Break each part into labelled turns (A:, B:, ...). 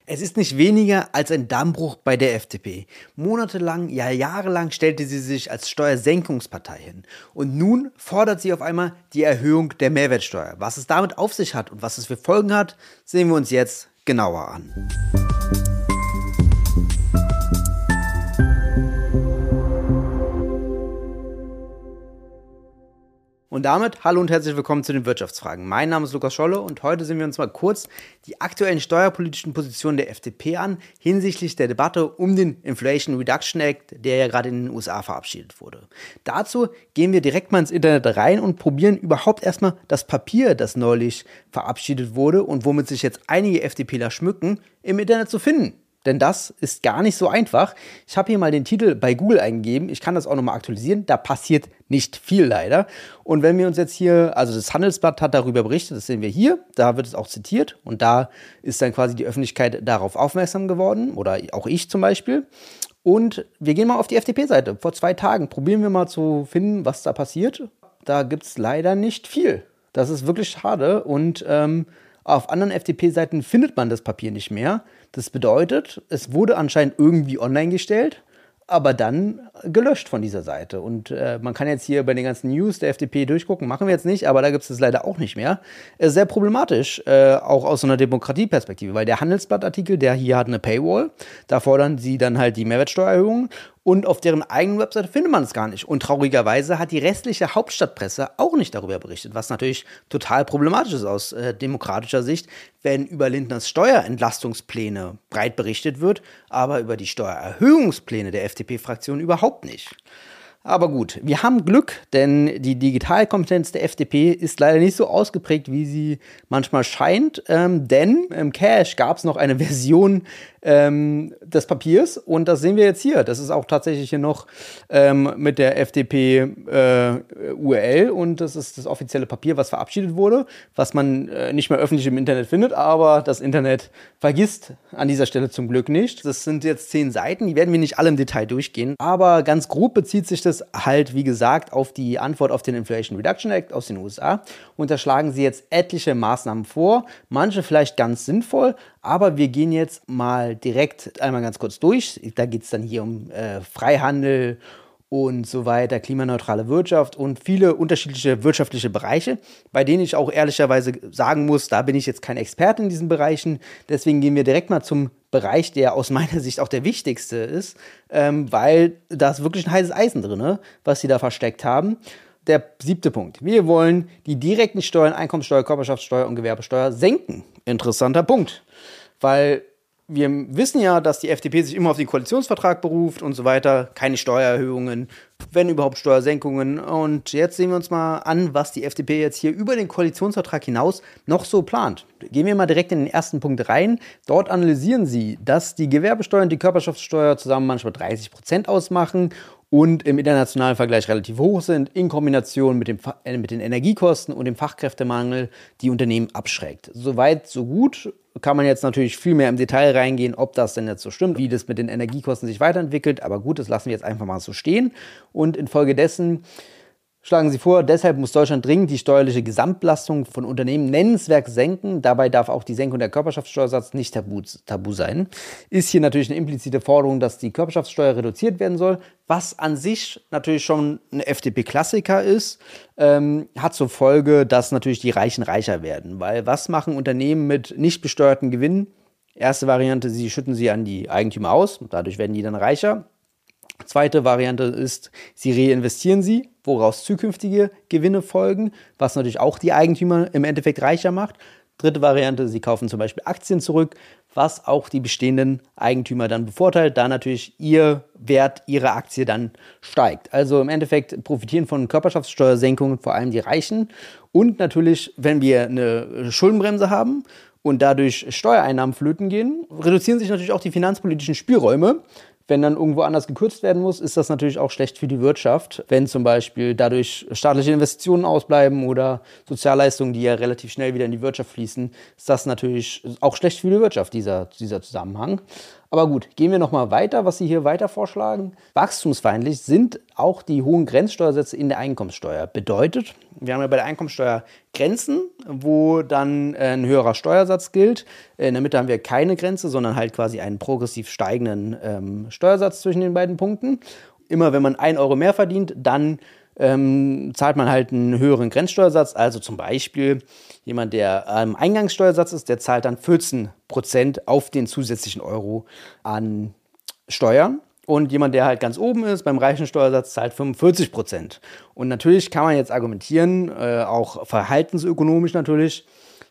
A: Es ist nicht weniger als ein Dammbruch bei der FDP. Monatelang, ja jahrelang stellte sie sich als Steuersenkungspartei hin. Und nun fordert sie auf einmal die Erhöhung der Mehrwertsteuer. Was es damit auf sich hat und was es für Folgen hat, sehen wir uns jetzt genauer an. Und damit hallo und herzlich willkommen zu den Wirtschaftsfragen. Mein Name ist Lukas Scholle und heute sehen wir uns mal kurz die aktuellen steuerpolitischen Positionen der FDP an hinsichtlich der Debatte um den Inflation Reduction Act, der ja gerade in den USA verabschiedet wurde. Dazu gehen wir direkt mal ins Internet rein und probieren überhaupt erstmal das Papier, das neulich verabschiedet wurde und womit sich jetzt einige FDPler schmücken, im Internet zu finden. Denn das ist gar nicht so einfach. Ich habe hier mal den Titel bei Google eingegeben. Ich kann das auch nochmal aktualisieren. Da passiert nicht viel leider. Und wenn wir uns jetzt hier, also das Handelsblatt hat darüber berichtet, das sehen wir hier, da wird es auch zitiert. Und da ist dann quasi die Öffentlichkeit darauf aufmerksam geworden. Oder auch ich zum Beispiel. Und wir gehen mal auf die FDP-Seite. Vor 2 Tagen probieren wir mal zu finden, was da passiert. Da gibt es leider nicht viel. Das ist wirklich schade. Und auf anderen FDP-Seiten findet man das Papier nicht mehr. Das bedeutet, es wurde anscheinend irgendwie online gestellt, aber dann gelöscht von dieser Seite. Und man kann jetzt hier bei den ganzen News der FDP durchgucken, machen wir jetzt nicht, aber da gibt es das leider auch nicht mehr. Sehr problematisch, auch aus so einer Demokratieperspektive, weil der Handelsblatt-Artikel, der hier hat eine Paywall, da fordern sie dann halt die Mehrwertsteuererhöhung. Und auf deren eigenen Webseite findet man es gar nicht. Und traurigerweise hat die restliche Hauptstadtpresse auch nicht darüber berichtet, was natürlich total problematisch ist aus demokratischer Sicht, wenn über Lindners Steuerentlastungspläne breit berichtet wird, aber über die Steuererhöhungspläne der FDP-Fraktion überhaupt nicht. Aber gut, wir haben Glück, denn die Digitalkompetenz der FDP ist leider nicht so ausgeprägt, wie sie manchmal scheint, denn im Cache gab es noch eine Version des Papiers und das sehen wir jetzt hier. Das ist auch tatsächlich hier noch mit der FDP URL und das ist das offizielle Papier, was verabschiedet wurde, was man nicht mehr öffentlich im Internet findet, aber das Internet vergisst an dieser Stelle zum Glück nicht. Das sind jetzt 10 Seiten, die werden wir nicht alle im Detail durchgehen, aber ganz grob bezieht sich das halt, wie gesagt, auf die Antwort auf den Inflation Reduction Act aus den USA und da schlagen sie jetzt etliche Maßnahmen vor, manche vielleicht ganz sinnvoll, aber wir gehen jetzt mal direkt einmal ganz kurz durch. Da geht es dann hier um Freihandel und so weiter, klimaneutrale Wirtschaft und viele unterschiedliche wirtschaftliche Bereiche, bei denen ich auch ehrlicherweise sagen muss, da bin ich jetzt kein Experte in diesen Bereichen. Deswegen gehen wir direkt mal zum Bereich, der aus meiner Sicht auch der wichtigste ist, weil da ist wirklich ein heißes Eisen drin, was sie da versteckt haben. Der 7. Punkt. Wir wollen die direkten Steuern, Einkommensteuer, Körperschaftssteuer und Gewerbesteuer senken. Interessanter Punkt. Weil wir wissen ja, dass die FDP sich immer auf den Koalitionsvertrag beruft und so weiter. Keine Steuererhöhungen, wenn überhaupt Steuersenkungen. Und jetzt sehen wir uns mal an, was die FDP jetzt hier über den Koalitionsvertrag hinaus noch so plant. Gehen wir mal direkt in den ersten Punkt rein. Dort analysieren sie, dass die Gewerbesteuer und die Körperschaftssteuer zusammen manchmal 30% ausmachen und im internationalen Vergleich relativ hoch sind, in Kombination mit den Energiekosten und dem Fachkräftemangel die Unternehmen abschreckt. Soweit, so gut. Kann man jetzt natürlich viel mehr im Detail reingehen, ob das denn jetzt so stimmt, wie das mit den Energiekosten sich weiterentwickelt. Aber gut, das lassen wir jetzt einfach mal so stehen. Und infolgedessen schlagen sie vor, deshalb muss Deutschland dringend die steuerliche Gesamtbelastung von Unternehmen nennenswert senken. Dabei darf auch die Senkung der Körperschaftssteuersatz nicht tabu sein. Ist hier natürlich eine implizite Forderung, dass die Körperschaftssteuer reduziert werden soll, was an sich natürlich schon ein FDP-Klassiker ist, hat zur Folge, dass natürlich die Reichen reicher werden. Weil was machen Unternehmen mit nicht besteuerten Gewinnen? Erste Variante, sie schütten sie an die Eigentümer aus, dadurch werden die dann reicher. Zweite Variante ist, sie reinvestieren sie, woraus zukünftige Gewinne folgen, was natürlich auch die Eigentümer im Endeffekt reicher macht. Dritte Variante, sie kaufen zum Beispiel Aktien zurück, was auch die bestehenden Eigentümer dann bevorteilt, da natürlich ihr Wert ihrer Aktie dann steigt. Also im Endeffekt profitieren von Körperschaftssteuersenkungen vor allem die Reichen. Und natürlich, wenn wir eine Schuldenbremse haben und dadurch Steuereinnahmen flöten gehen, reduzieren sich natürlich auch die finanzpolitischen Spielräume. Wenn dann irgendwo anders gekürzt werden muss, ist das natürlich auch schlecht für die Wirtschaft. Wenn zum Beispiel dadurch staatliche Investitionen ausbleiben oder Sozialleistungen, die ja relativ schnell wieder in die Wirtschaft fließen, ist das natürlich auch schlecht für die Wirtschaft, dieser Zusammenhang. Aber gut, gehen wir nochmal weiter, was Sie hier weiter vorschlagen. Wachstumsfeindlich sind auch die hohen Grenzsteuersätze in der Einkommensteuer. Bedeutet, wir haben ja bei der Einkommensteuer Grenzen, wo dann ein höherer Steuersatz gilt. In der Mitte haben wir keine Grenze, sondern halt quasi einen progressiv steigenden Steuersatz zwischen den beiden Punkten. Immer wenn man 1 Euro mehr verdient, dann zahlt man halt einen höheren Grenzsteuersatz. Also zum Beispiel jemand, der am Eingangssteuersatz ist, der zahlt dann 14% auf den zusätzlichen Euro an Steuern. Und jemand, der halt ganz oben ist, beim reichen Steuersatz, zahlt 45%. Und natürlich kann man jetzt argumentieren, auch verhaltensökonomisch natürlich,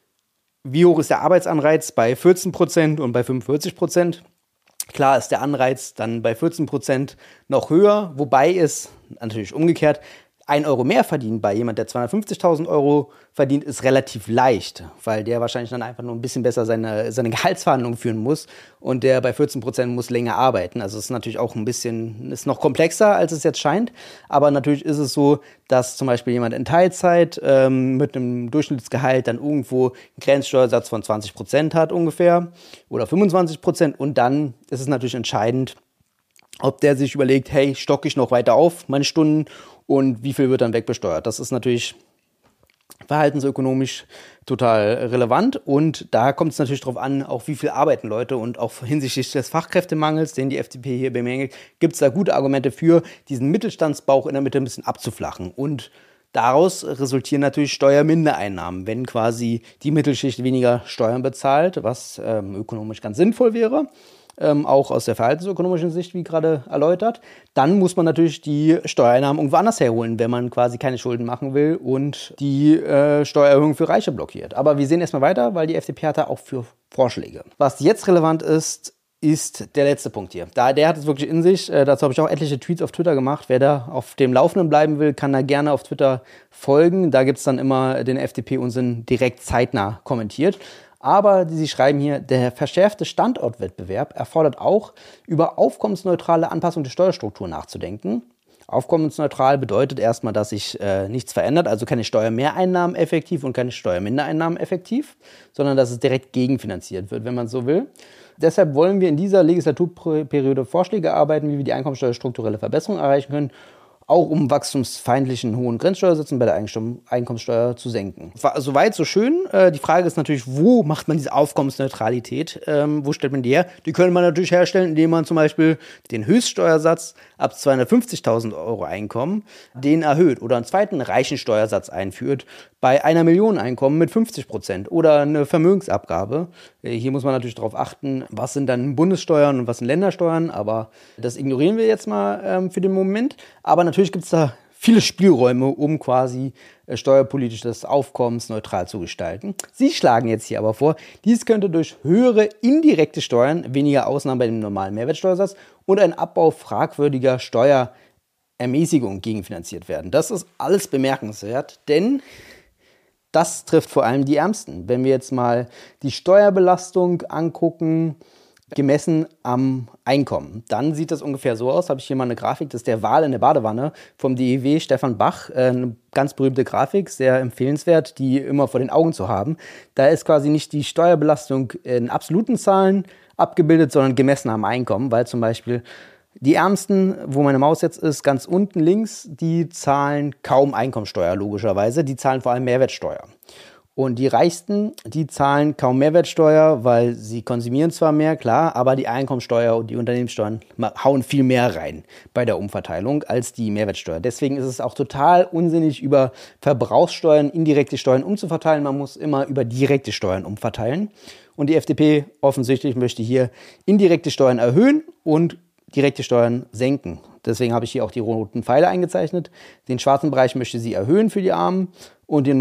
A: wie hoch ist der Arbeitsanreiz bei 14% und bei 45%? Klar ist der Anreiz dann bei 14% noch höher, wobei es natürlich umgekehrt 1 Euro mehr verdienen bei jemand, der 250.000 Euro verdient, ist relativ leicht, weil der wahrscheinlich dann einfach nur ein bisschen besser seine Gehaltsverhandlungen führen muss und der bei 14% muss länger arbeiten. Also es ist natürlich auch ein bisschen, ist noch komplexer, als es jetzt scheint, aber natürlich ist es so, dass zum Beispiel jemand in Teilzeit mit einem Durchschnittsgehalt dann irgendwo einen Grenzsteuersatz von 20% hat ungefähr oder 25% und dann ist es natürlich entscheidend, ob der sich überlegt, hey, stocke ich noch weiter auf, meine Stunden, und wie viel wird dann wegbesteuert. Das ist natürlich verhaltensökonomisch total relevant und da kommt es natürlich darauf an, auch wie viel arbeiten Leute und auch hinsichtlich des Fachkräftemangels, den die FDP hier bemängelt, gibt es da gute Argumente für, diesen Mittelstandsbauch in der Mitte ein bisschen abzuflachen und daraus resultieren natürlich Steuermindereinnahmen, wenn quasi die Mittelschicht weniger Steuern bezahlt, was ökonomisch ganz sinnvoll wäre. Auch aus der verhaltensökonomischen Sicht, wie gerade erläutert, dann muss man natürlich die Steuereinnahmen irgendwo anders herholen, wenn man quasi keine Schulden machen will und die Steuererhöhung für Reiche blockiert. Aber wir sehen erstmal weiter, weil die FDP hat da auch für Vorschläge. Was jetzt relevant ist, ist der letzte Punkt hier. Der hat es wirklich in sich. Dazu habe ich auch etliche Tweets auf Twitter gemacht. Wer da auf dem Laufenden bleiben will, kann da gerne auf Twitter folgen. Da gibt es dann immer den FDP-Unsinn direkt zeitnah kommentiert. Aber sie schreiben hier, der verschärfte Standortwettbewerb erfordert auch, über aufkommensneutrale Anpassung der Steuerstruktur nachzudenken. Aufkommensneutral bedeutet erstmal, dass sich nichts verändert, also keine Steuermehreinnahmen effektiv und keine Steuermindereinnahmen effektiv, sondern dass es direkt gegenfinanziert wird, wenn man so will. Deshalb wollen wir in dieser Legislaturperiode Vorschläge erarbeiten, wie wir die Einkommensteuer strukturelle Verbesserung erreichen können, auch um wachstumsfeindlichen hohen Grenzsteuersätzen bei der Einkommensteuer zu senken. Soweit, so schön. Die Frage ist natürlich, wo macht man diese Aufkommensneutralität? Wo stellt man die her? Die könnte man natürlich herstellen, indem man zum Beispiel den Höchststeuersatz ab 250.000 Euro Einkommen, den erhöht oder einen zweiten reichen Steuersatz einführt bei 1 Million Einkommen mit 50% oder eine Vermögensabgabe. Hier muss man natürlich darauf achten, was sind dann Bundessteuern und was sind Ländersteuern, aber das ignorieren wir jetzt mal für den Moment. Aber natürlich gibt es da viele Spielräume, um quasi steuerpolitisch das aufkommensneutral zu gestalten. Sie schlagen jetzt hier aber vor, dies könnte durch höhere indirekte Steuern, weniger Ausnahmen bei dem normalen Mehrwertsteuersatz und ein Abbau fragwürdiger Steuerermäßigung gegenfinanziert werden. Das ist alles bemerkenswert, denn das trifft vor allem die Ärmsten. Wenn wir jetzt mal die Steuerbelastung angucken, gemessen am Einkommen, dann sieht das ungefähr so aus. Habe ich hier mal eine Grafik, das ist der Wal in der Badewanne vom DIW Stefan Bach. Eine ganz berühmte Grafik, sehr empfehlenswert, die immer vor den Augen zu haben. Da ist quasi nicht die Steuerbelastung in absoluten Zahlen abgebildet, sondern gemessen am Einkommen, weil zum Beispiel die Ärmsten, wo meine Maus jetzt ist, ganz unten links, die zahlen kaum Einkommensteuer, logischerweise. Die zahlen vor allem Mehrwertsteuer. Und die Reichsten, die zahlen kaum Mehrwertsteuer, weil sie konsumieren zwar mehr, klar, aber die Einkommensteuer und die Unternehmenssteuern hauen viel mehr rein bei der Umverteilung als die Mehrwertsteuer. Deswegen ist es auch total unsinnig, über Verbrauchssteuern, indirekte Steuern umzuverteilen. Man muss immer über direkte Steuern umverteilen. Und die FDP offensichtlich möchte hier indirekte Steuern erhöhen und direkte Steuern senken. Deswegen habe ich hier auch die roten Pfeile eingezeichnet. Den schwarzen Bereich möchte sie erhöhen für die Armen und den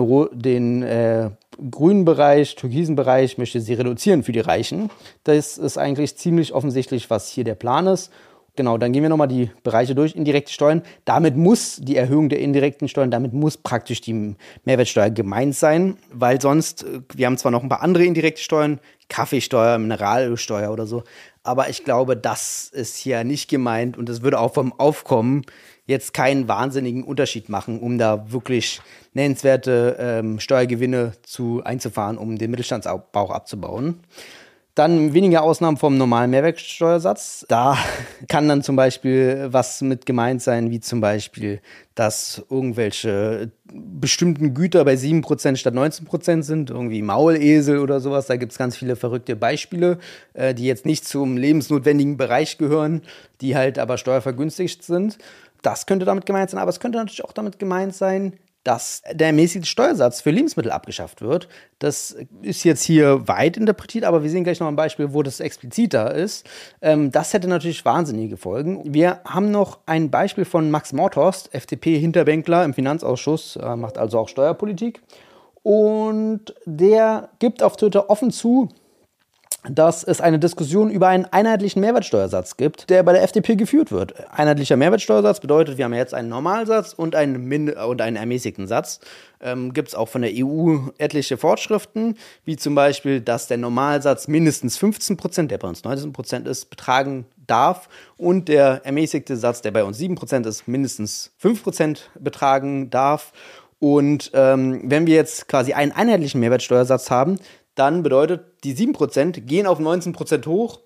A: grünen Bereich, türkisen Bereich möchte sie reduzieren für die Reichen. Das ist eigentlich ziemlich offensichtlich, was hier der Plan ist. Genau, dann gehen wir nochmal die Bereiche durch. Indirekte Steuern. Damit muss die Erhöhung der indirekten Steuern, damit muss praktisch die Mehrwertsteuer gemeint sein, weil sonst, wir haben zwar noch ein paar andere indirekte Steuern, Kaffeesteuer, Mineralölsteuer oder so, aber ich glaube, das ist hier nicht gemeint und es würde auch vom Aufkommen jetzt keinen wahnsinnigen Unterschied machen, um da wirklich nennenswerte Steuergewinne einzufahren, um den Mittelstandsbauch abzubauen. Dann weniger Ausnahmen vom normalen Mehrwertsteuersatz. Da kann dann zum Beispiel was mit gemeint sein, wie zum Beispiel, dass irgendwelche bestimmten Güter bei 7% statt 19% sind, irgendwie Maulesel oder sowas. Da gibt es ganz viele verrückte Beispiele, die jetzt nicht zum lebensnotwendigen Bereich gehören, die halt aber steuervergünstigt sind. Das könnte damit gemeint sein, aber es könnte natürlich auch damit gemeint sein, dass der ermäßigte Steuersatz für Lebensmittel abgeschafft wird. Das ist jetzt hier weit interpretiert, aber wir sehen gleich noch ein Beispiel, wo das expliziter ist. Das hätte natürlich wahnsinnige Folgen. Wir haben noch ein Beispiel von Max Mordhorst, FDP-Hinterbänkler im Finanzausschuss, macht also auch Steuerpolitik. Und der gibt auf Twitter offen zu, dass es eine Diskussion über einen einheitlichen Mehrwertsteuersatz gibt, der bei der FDP geführt wird. Einheitlicher Mehrwertsteuersatz bedeutet, wir haben jetzt einen Normalsatz und einen ermäßigten Satz. Gibt es auch von der EU etliche Fortschriften, wie zum Beispiel, dass der Normalsatz mindestens 15%, der bei uns 19% ist, betragen darf und der ermäßigte Satz, der bei uns 7% ist, mindestens 5% betragen darf. Und wenn wir jetzt quasi einen einheitlichen Mehrwertsteuersatz haben, dann bedeutet, die 7% gehen auf 19% hoch.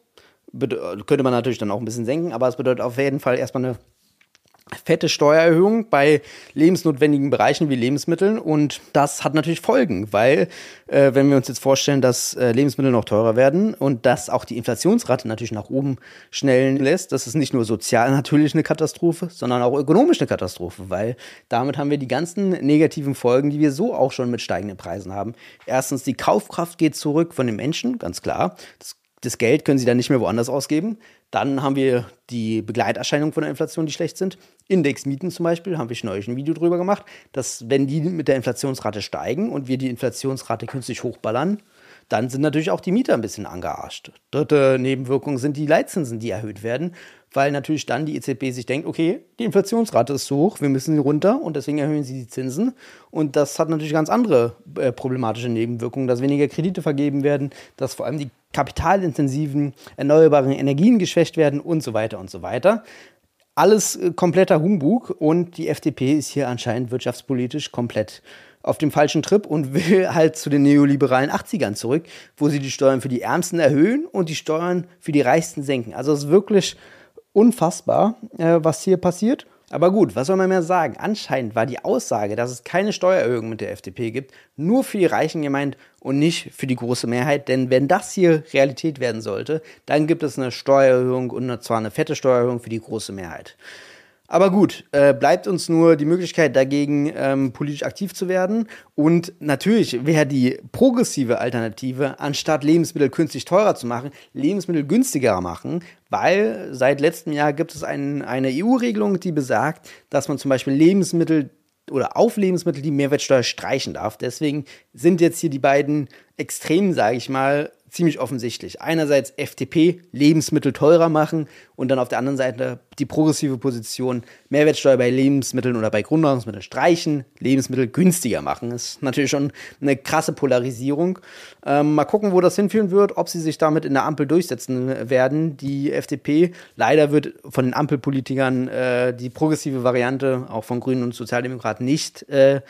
A: Könnte man natürlich dann auch ein bisschen senken, aber es bedeutet auf jeden Fall erstmal eine fette Steuererhöhung bei lebensnotwendigen Bereichen wie Lebensmitteln. Und das hat natürlich Folgen, weil wenn wir uns jetzt vorstellen, dass Lebensmittel noch teurer werden und dass auch die Inflationsrate natürlich nach oben schnellen lässt, das ist nicht nur sozial natürlich eine Katastrophe, sondern auch ökonomisch eine Katastrophe, weil damit haben wir die ganzen negativen Folgen, die wir so auch schon mit steigenden Preisen haben. Erstens, die Kaufkraft geht zurück von den Menschen, ganz klar. Das Geld können sie dann nicht mehr woanders ausgeben. Dann haben wir die Begleiterscheinungen von der Inflation, die schlecht sind. Indexmieten zum Beispiel, haben wir schon neulich ein Video drüber gemacht, dass wenn die mit der Inflationsrate steigen und wir die Inflationsrate künstlich hochballern, dann sind natürlich auch die Mieter ein bisschen angearscht. Dritte Nebenwirkung sind die Leitzinsen, die erhöht werden, weil natürlich dann die EZB sich denkt, okay, die Inflationsrate ist so hoch, wir müssen runter und deswegen erhöhen sie die Zinsen. Und das hat natürlich ganz andere problematische Nebenwirkungen, dass weniger Kredite vergeben werden, dass vor allem die kapitalintensiven erneuerbaren Energien geschwächt werden und so weiter und so weiter. Alles kompletter Humbug und die FDP ist hier anscheinend wirtschaftspolitisch komplett auf dem falschen Trip und will halt zu den neoliberalen 80ern zurück, wo sie die Steuern für die Ärmsten erhöhen und die Steuern für die Reichsten senken. Also es ist wirklich unfassbar, was hier passiert. Aber gut, was soll man mehr sagen? Anscheinend war die Aussage, dass es keine Steuererhöhung mit der FDP gibt, nur für die Reichen gemeint und nicht für die große Mehrheit. Denn wenn das hier Realität werden sollte, dann gibt es eine Steuererhöhung und zwar eine fette Steuererhöhung für die große Mehrheit. Aber gut, bleibt uns nur die Möglichkeit dagegen, politisch aktiv zu werden. Und natürlich wäre die progressive Alternative, anstatt Lebensmittel künstlich teurer zu machen, Lebensmittel günstiger machen, weil seit letztem Jahr gibt es eine EU-Regelung, die besagt, dass man zum Beispiel Lebensmittel oder auf Lebensmittel die Mehrwertsteuer streichen darf. Deswegen sind jetzt hier die beiden Extremen, sage ich mal, ziemlich offensichtlich. Einerseits FDP, Lebensmittel teurer machen und dann auf der anderen Seite die progressive Position, Mehrwertsteuer bei Lebensmitteln oder bei Grundnahrungsmitteln streichen, Lebensmittel günstiger machen. Das ist natürlich schon eine krasse Polarisierung. Mal gucken, wo das hinführen wird, ob sie sich damit in der Ampel durchsetzen werden. Die FDP, leider wird von den Ampelpolitikern die progressive Variante, auch von Grünen und Sozialdemokraten, nicht in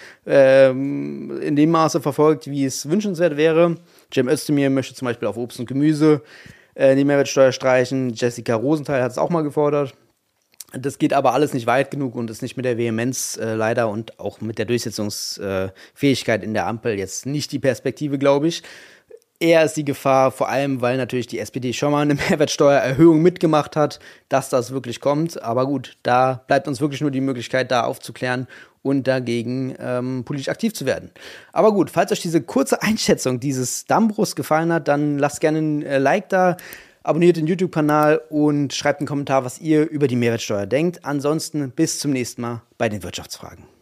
A: dem Maße verfolgt, wie es wünschenswert wäre. Cem Özdemir möchte zum Beispiel auf Obst und Gemüse die Mehrwertsteuer streichen. Jessica Rosenthal hat es auch mal gefordert. Das geht aber alles nicht weit genug und ist nicht mit der Vehemenz leider und auch mit der Durchsetzungsfähigkeit in der Ampel jetzt nicht die Perspektive, glaube ich. Eher ist die Gefahr, vor allem, weil natürlich die SPD schon mal eine Mehrwertsteuererhöhung mitgemacht hat, dass das wirklich kommt. Aber gut, da bleibt uns wirklich nur die Möglichkeit, da aufzuklären und dagegen politisch aktiv zu werden. Aber gut, falls euch diese kurze Einschätzung dieses Dammbruchs gefallen hat, dann lasst gerne ein Like da, abonniert den YouTube-Kanal und schreibt einen Kommentar, was ihr über die Mehrwertsteuer denkt. Ansonsten bis zum nächsten Mal bei den Wirtschaftsfragen.